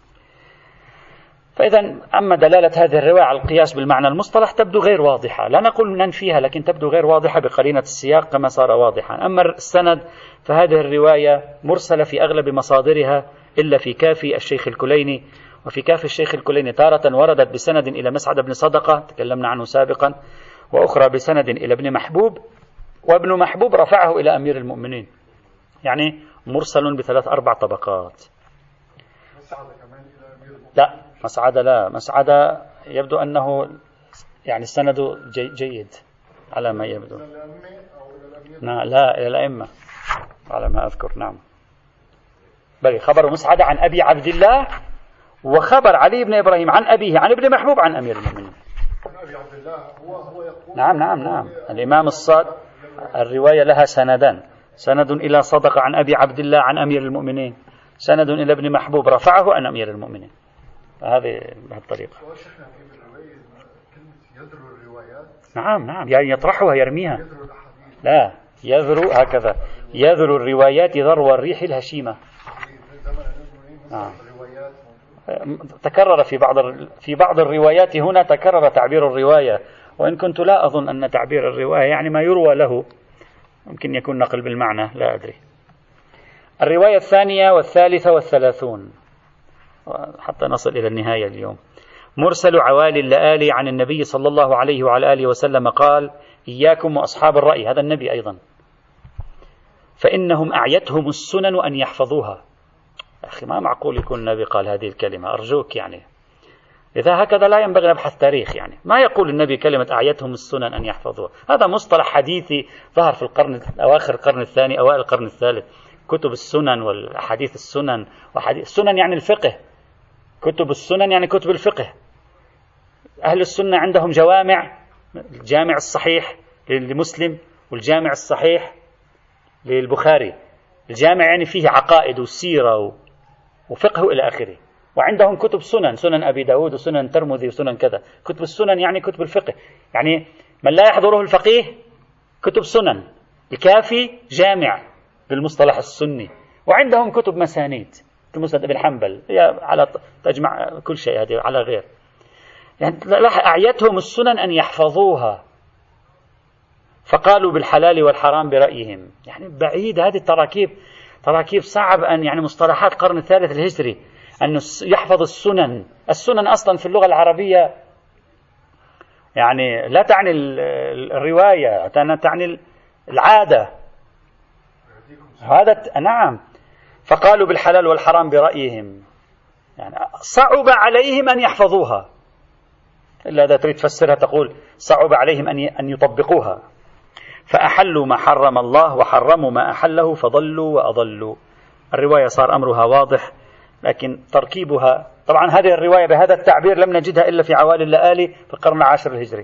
فإذا أما دلالة هذه الرواية على القياس بالمعنى المصطلح تبدو غير واضحة، لا نقول ننفيها، لكن تبدو غير واضحة بقرينة السياق كما صار واضحا. أما السند فهذه الرواية مرسلة في أغلب مصادرها إلا في كافي الشيخ الكليني، وفي كافي الشيخ الكليني تارة وردت بسند إلى مسعد بن صدقة تكلمنا عنه سابقا، وأخرى بسند إلى ابن محبوب، وابن محبوب رفعه إلى أمير المؤمنين، يعني مرسل بثلاث أربع طبقات. لا مسعد لا مسعد يبدو أنه يعني السند جي جيد على ما يبدو. لا لا إلى الأئمة على ما أذكر. نعم بل خبر مسعد عن أبي عبد الله، وخبر علي بن إبراهيم عن أبيه عن ابن محبوب عن أمير المؤمنين. نعم نعم نعم الإمام الصادق الرواية لها سندان، سند إلى صدق عن أبي عبد الله عن أمير المؤمنين، سند إلى ابن محبوب رفعه عن أمير المؤمنين. هذه بهالطريقة. نعم نعم يعني يطرحها يرميها، لا يذرو هكذا، يذرو الروايات ذرو الريح الهشيمة. نعم. تكرر في بعض في بعض الروايات هنا تكرر تعبير الرواية، وإن كنت لا أظن أن تعبير الرواية يعني ما يروى له، ممكن يكون نقل بالمعنى لا أدري. الرواية الثانية والثالثة والثلاثون حتى نصل إلى النهاية اليوم. مرسل عوالي اللآلي عن النبي صلى الله عليه وعلى آله وسلم قال: إياكم وأصحاب الرأي، هذا النبي أيضا، فإنهم أعيتهم السنن أن يحفظوها. أخي ما معقول يكون النبي قال هذه الكلمة، أرجوك يعني إذا هكذا لا ينبغي نبحث تاريخ. يعني ما يقول النبي كلمة أعيتهم السنن أن يحفظوها، هذا مصطلح حديثي ظهر في القرن أواخر القرن الثاني أوائل القرن الثالث. كتب السنن والحديث السنن، وحديث السنن يعني الفقه، كتب السنن يعني كتب الفقه. أهل السنة عندهم جوامع، الجامع الصحيح للمسلم والجامع الصحيح للبخاري. الجامع يعني فيه عقائد وسيرة وفقه إلى آخره. وعندهم كتب سنن، سنن أبي داود وسنن الترمذي وسنن كذا. كتب السنن يعني كتب الفقه، يعني من لا يحضره الفقيه كتب سنن. الكافي جامع بالمصطلح السني. وعندهم كتب مسانيد، مسند ابن حنبل هي على تجمع كل شيء، هذه على غير. يعني أعيتهم السنن أن يحفظوها، فقالوا بالحلال والحرام برأيهم. يعني بعيد، هذه التراكيب تراكيب صعب أن يعني مصطلحات القرن الثالث الهجري أن يحفظ السنن. السنن أصلا في اللغة العربية يعني لا تعني الرواية، تعني العادة. هذا نعم. فقالوا بالحلال والحرام برأيهم، يعني صعب عليهم أن يحفظوها، إلا إذا تريد تفسرها تقول صعب عليهم أن أن يطبقوها. فأحلوا ما حرم الله وحرموا ما أحله فضلوا وأضلوا. الرواية صار أمرها واضح، لكن تركيبها طبعا هذه الرواية بهذا التعبير لم نجدها إلا في عوالي اللآلي في القرن العاشر الهجري.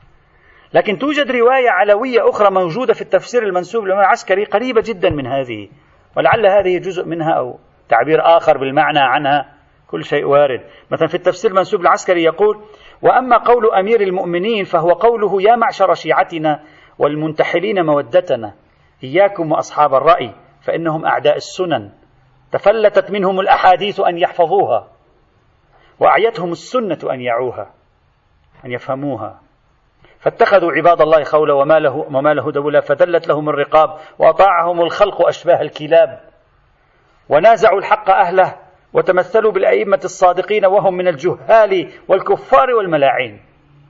لكن توجد رواية علوية أخرى موجودة في التفسير المنسوب للإمام العسكري قريبة جدا من هذه، ولعل هذه جزء منها أو تعبير آخر بالمعنى عنها، كل شيء وارد. مثلا في التفسير المنسوب العسكري يقول: وأما قول أمير المؤمنين فهو قوله: يا معشر شيعتنا والمنتحلين مودتنا، إياكم وأصحاب الرأي فإنهم أعداء السنن، تفلتت منهم الأحاديث أن يحفظوها، وأعيتهم السنة أن يعوها، أن يفهموها، فاتخذوا عباد الله خولا وما له وما له دبلا، فذلت لهم الرقاب وأطاعهم الخلق أشباه الكلاب، ونازعوا الحق أهله وتمثلوا بالأئمة الصادقين وهم من الجهال والكفار والملاعين،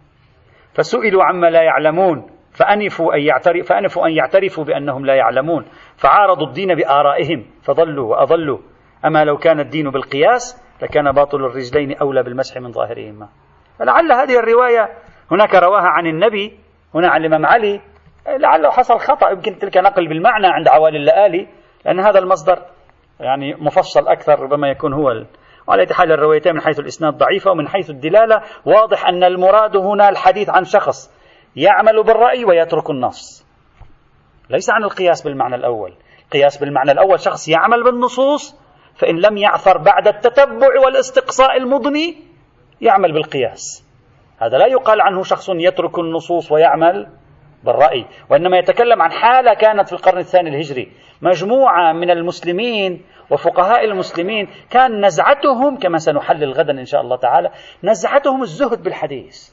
فسئلوا عما لا يعلمون فأنفوا أن يعترف فأنفوا أن يعترفوا بأنهم لا يعلمون، فعارضوا الدين بآرائهم فضلوا وأضلوا. أما لو كان الدين بالقياس لكان باطل الرجلين أولى بالمسح من ظاهرهما. فلعل هذه الرواية هناك رواها عن النبي، هنا عن الإمام علي، لعله حصل خطأ، يمكن تلك نقل بالمعنى عند عوالي اللآلي، لأن هذا المصدر يعني مفصل أكثر، ربما يكون هو ال... وعلى أي حال الروايتين من حيث الإسناد ضعيفة، ومن حيث الدلالة واضح أن المراد هنا الحديث عن شخص يعمل بالرأي ويترك النص، ليس عن القياس بالمعنى الأول. القياس بالمعنى الأول شخص يعمل بالنصوص، فإن لم يعثر بعد التتبع والاستقصاء المضني يعمل بالقياس. هذا لا يقال عنه شخص يترك النصوص ويعمل بالرأي، وإنما يتكلم عن حالة كانت في القرن الثاني الهجري. مجموعة من المسلمين وفقهاء المسلمين كان نزعتهم، كما سنحلل غدا إن شاء الله تعالى، نزعتهم الزهد بالحديث،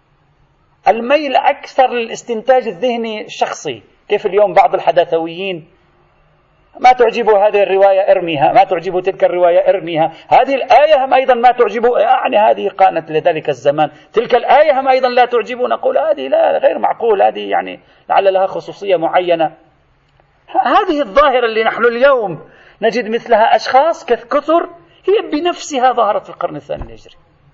الميل أكثر للاستنتاج الذهني الشخصي. كيف اليوم بعض الحداثويين ما تعجبه هذه الرواية ارميها، ما تعجبه تلك الرواية ارميها، هذه الآية هم أيضا ما تعجبه، يعني هذه كانت لذلك الزمان، تلك الآية هم أيضا لا تعجبه، نقول هذه لا، غير معقول، هذه يعني لعل لها خصوصية معينة. هذه الظاهرة اللي نحن اليوم نجد مثلها أشخاص كثر هي بنفسها ظهرت في القرن الثاني الهجري،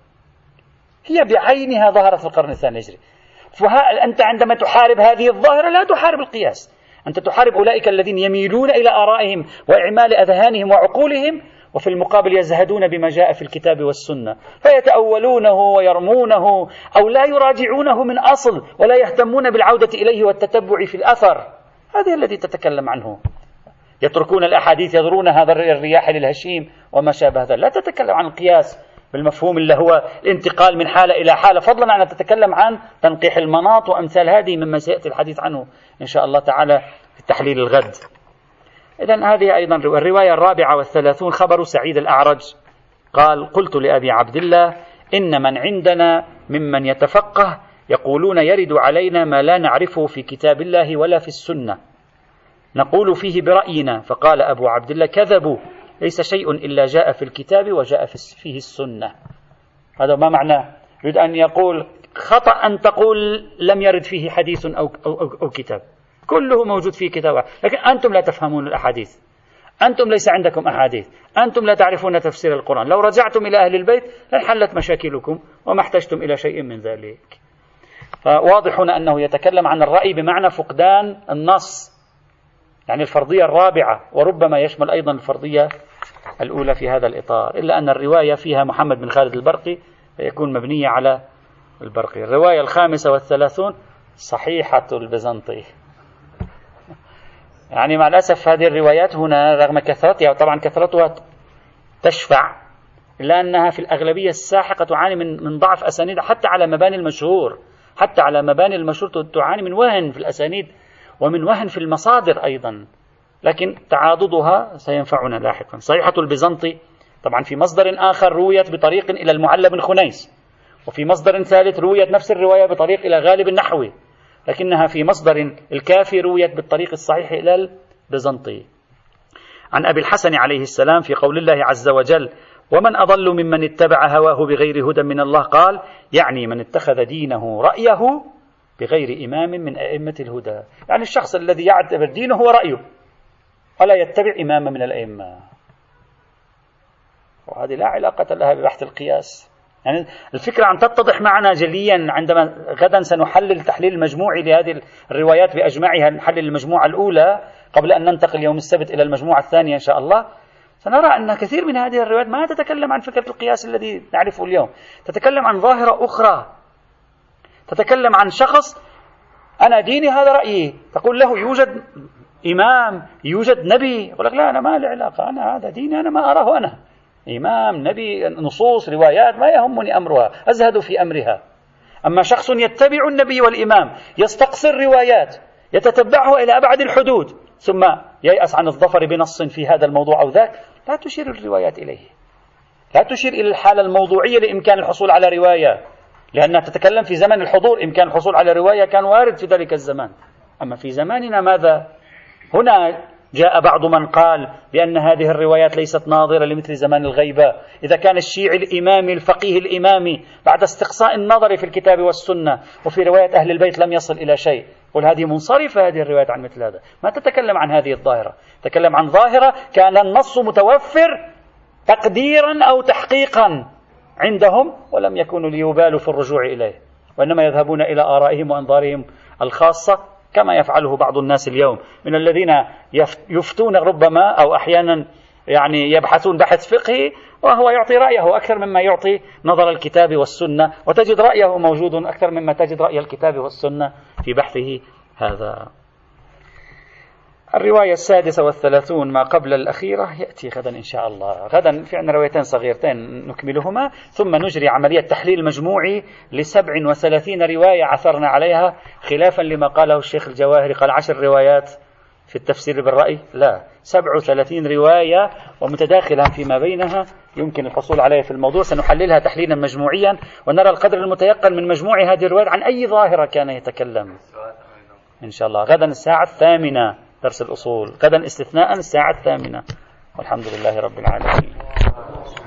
هي بعينها ظهرت في القرن الثاني الهجري. فأنت عندما تحارب هذه الظاهرة لا تحارب القياس، أنت تحارب أولئك الذين يميلون إلى آرائهم وإعمال أذهانهم وعقولهم، وفي المقابل يزهدون بما جاء في الكتاب والسنة، فيتأولونه ويرمونه أو لا يراجعونه من أصل ولا يهتمون بالعودة إليه والتتبع في الأثر. هذا الذي تتكلم عنه. يتركون الأحاديث يذرون هذا الرياح للهشيم وما شابه ذلك. لا تتكلم عن القياس بالمفهوم اللي هو الانتقال من حالة إلى حالة، فضلا عن أن تتكلم عن تنقيح المناط وأمثال هذه مما سيأتي الحديث عنه إن شاء الله تعالى في التحليل الغد. إذن هذه أيضا الرواية الرابعة والثلاثون، خبر سعيد الأعرج قال: قلت لأبي عبد الله: إن من عندنا ممن يتفقه يقولون يرد علينا ما لا نعرفه في كتاب الله ولا في السنة، نقول فيه برأينا. فقال أبو عبد الله: كذبوا، ليس شيء إلا جاء في الكتاب وجاء فيه السنة. هذا ما معناه. يريد أن يقول خطأ أن تقول لم يرد فيه حديث أو, أو, أو, أو كتاب، كله موجود في كتاب، لكن أنتم لا تفهمون الأحاديث، أنتم ليس عندكم أحاديث، أنتم لا تعرفون تفسير القرآن. لو رجعتم إلى أهل البيت لانحلت مشاكلكم وما احتجتم إلى شيء من ذلك. فواضح هنا أنه يتكلم عن الرأي بمعنى فقدان النص، يعني الفرضية الرابعة، وربما يشمل أيضا الفرضية الأولى في هذا الإطار، إلا أن الرواية فيها محمد بن خالد البرقي فيكون مبنية على البرقي. الرواية الخامسة والثلاثون صحيحة البيزنطي. يعني مع الأسف هذه الروايات هنا رغم كثرتها، طبعا كثرتها تشفع، إلا أنها في الأغلبية الساحقة تعاني من من ضعف أسانيد، حتى على مباني المشهور، حتى على مباني المشهور تعاني من وهن في الأسانيد ومن وهن في المصادر أيضا، لكن تعاضدها سينفعنا لاحقا. صحيحة البيزنطي طبعا في مصدر آخر رويت بطريق إلى المعلى بن خنيس، وفي مصدر ثالث رويت نفس الرواية بطريق إلى غالب النحوي، لكنها في مصدر الكافي رويت بالطريق الصحيح إلى البيزنطي. عن أبي الحسن عليه السلام في قول الله عز وجل: ومن أضل ممن اتبع هواه بغير هدى من الله، قال يعني من اتخذ دينه رأيه بغير إمام من أئمة الهدى، يعني الشخص الذي يعتبر دينه هو رأيه ولا يتبع إماما من الأئمة. وهذه لا علاقة لها ببحث القياس. يعني الفكرة عم تتضح معنا جليا عندما غدا سنحلل تحليل مجموعي لهذه الروايات بأجمعها. نحلل المجموعة الأولى قبل أن ننتقل يوم السبت إلى المجموعة الثانية إن شاء الله. سنرى أن كثير من هذه الروايات ما تتكلم عن فكرة القياس الذي نعرفه اليوم، تتكلم عن ظاهرة أخرى، تتكلم عن شخص أنا ديني هذا رأيي، تقول له يوجد إمام، يوجد نبي، يقول لك لا أنا ما لي علاقة، أنا هذا ديني، أنا ما أراه، أنا إمام نبي نصوص روايات ما يهمني أمرها، أزهد في أمرها. أما شخص يتبع النبي والإمام، يستقصي الروايات، يتتبعه إلى أبعد الحدود، ثم ييأس عن الظفر بنص في هذا الموضوع أو ذاك، لا تشير الروايات إليه، لا تشير إلى الحالة الموضوعية لإمكان الحصول على رواية، لأنها تتكلم في زمن الحضور، إمكان الحصول على رواية كان وارد في ذلك الزمان. أما في زماننا ماذا؟ هنا جاء بعض من قال بأن هذه الروايات ليست ناظرة لمثل زمان الغيبة، إذا كان الشيعي الإمامي الفقيه الإمامي بعد استقصاء النظر في الكتاب والسنة وفي رواية أهل البيت لم يصل إلى شيء، قل هذه منصرفة هذه الروايات عن مثل هذا، ما تتكلم عن هذه الظاهرة، تتكلم عن ظاهرة كان النص متوفر تقديرا أو تحقيقا عندهم ولم يكونوا ليبالوا في الرجوع إليه، وإنما يذهبون إلى آرائهم وأنظارهم الخاصة كما يفعله بعض الناس اليوم من الذين يفتون ربما أو أحيانا يعني يبحثون بحث فقهي وهو يعطي رأيه أكثر مما يعطي نظر الكتاب والسنة، وتجد رأيه موجود أكثر مما تجد رأي الكتاب والسنة في بحثه هذا. الرواية السادسة والثلاثون ما قبل الأخيرة يأتي غدا إن شاء الله. غدا في عندنا روايتين صغيرتين نكملهما، ثم نجري عملية تحليل مجموعي لسبع وثلاثين رواية عثرنا عليها، خلافا لما قاله الشيخ الجواهري قال عشر روايات في التفسير بالرأي، لا، سبع وثلاثين رواية ومتداخلة فيما بينها يمكن الحصول عليها في الموضوع. سنحللها تحليلا مجموعيا ونرى القدر المتيقن من مجموع هذه الروايات عن أي ظاهرة كان يتكلم إن شاء الله. غدا الساعة الثامنة درس الأصول، غدا استثناء الساعة الثامنة، والحمد لله رب العالمين.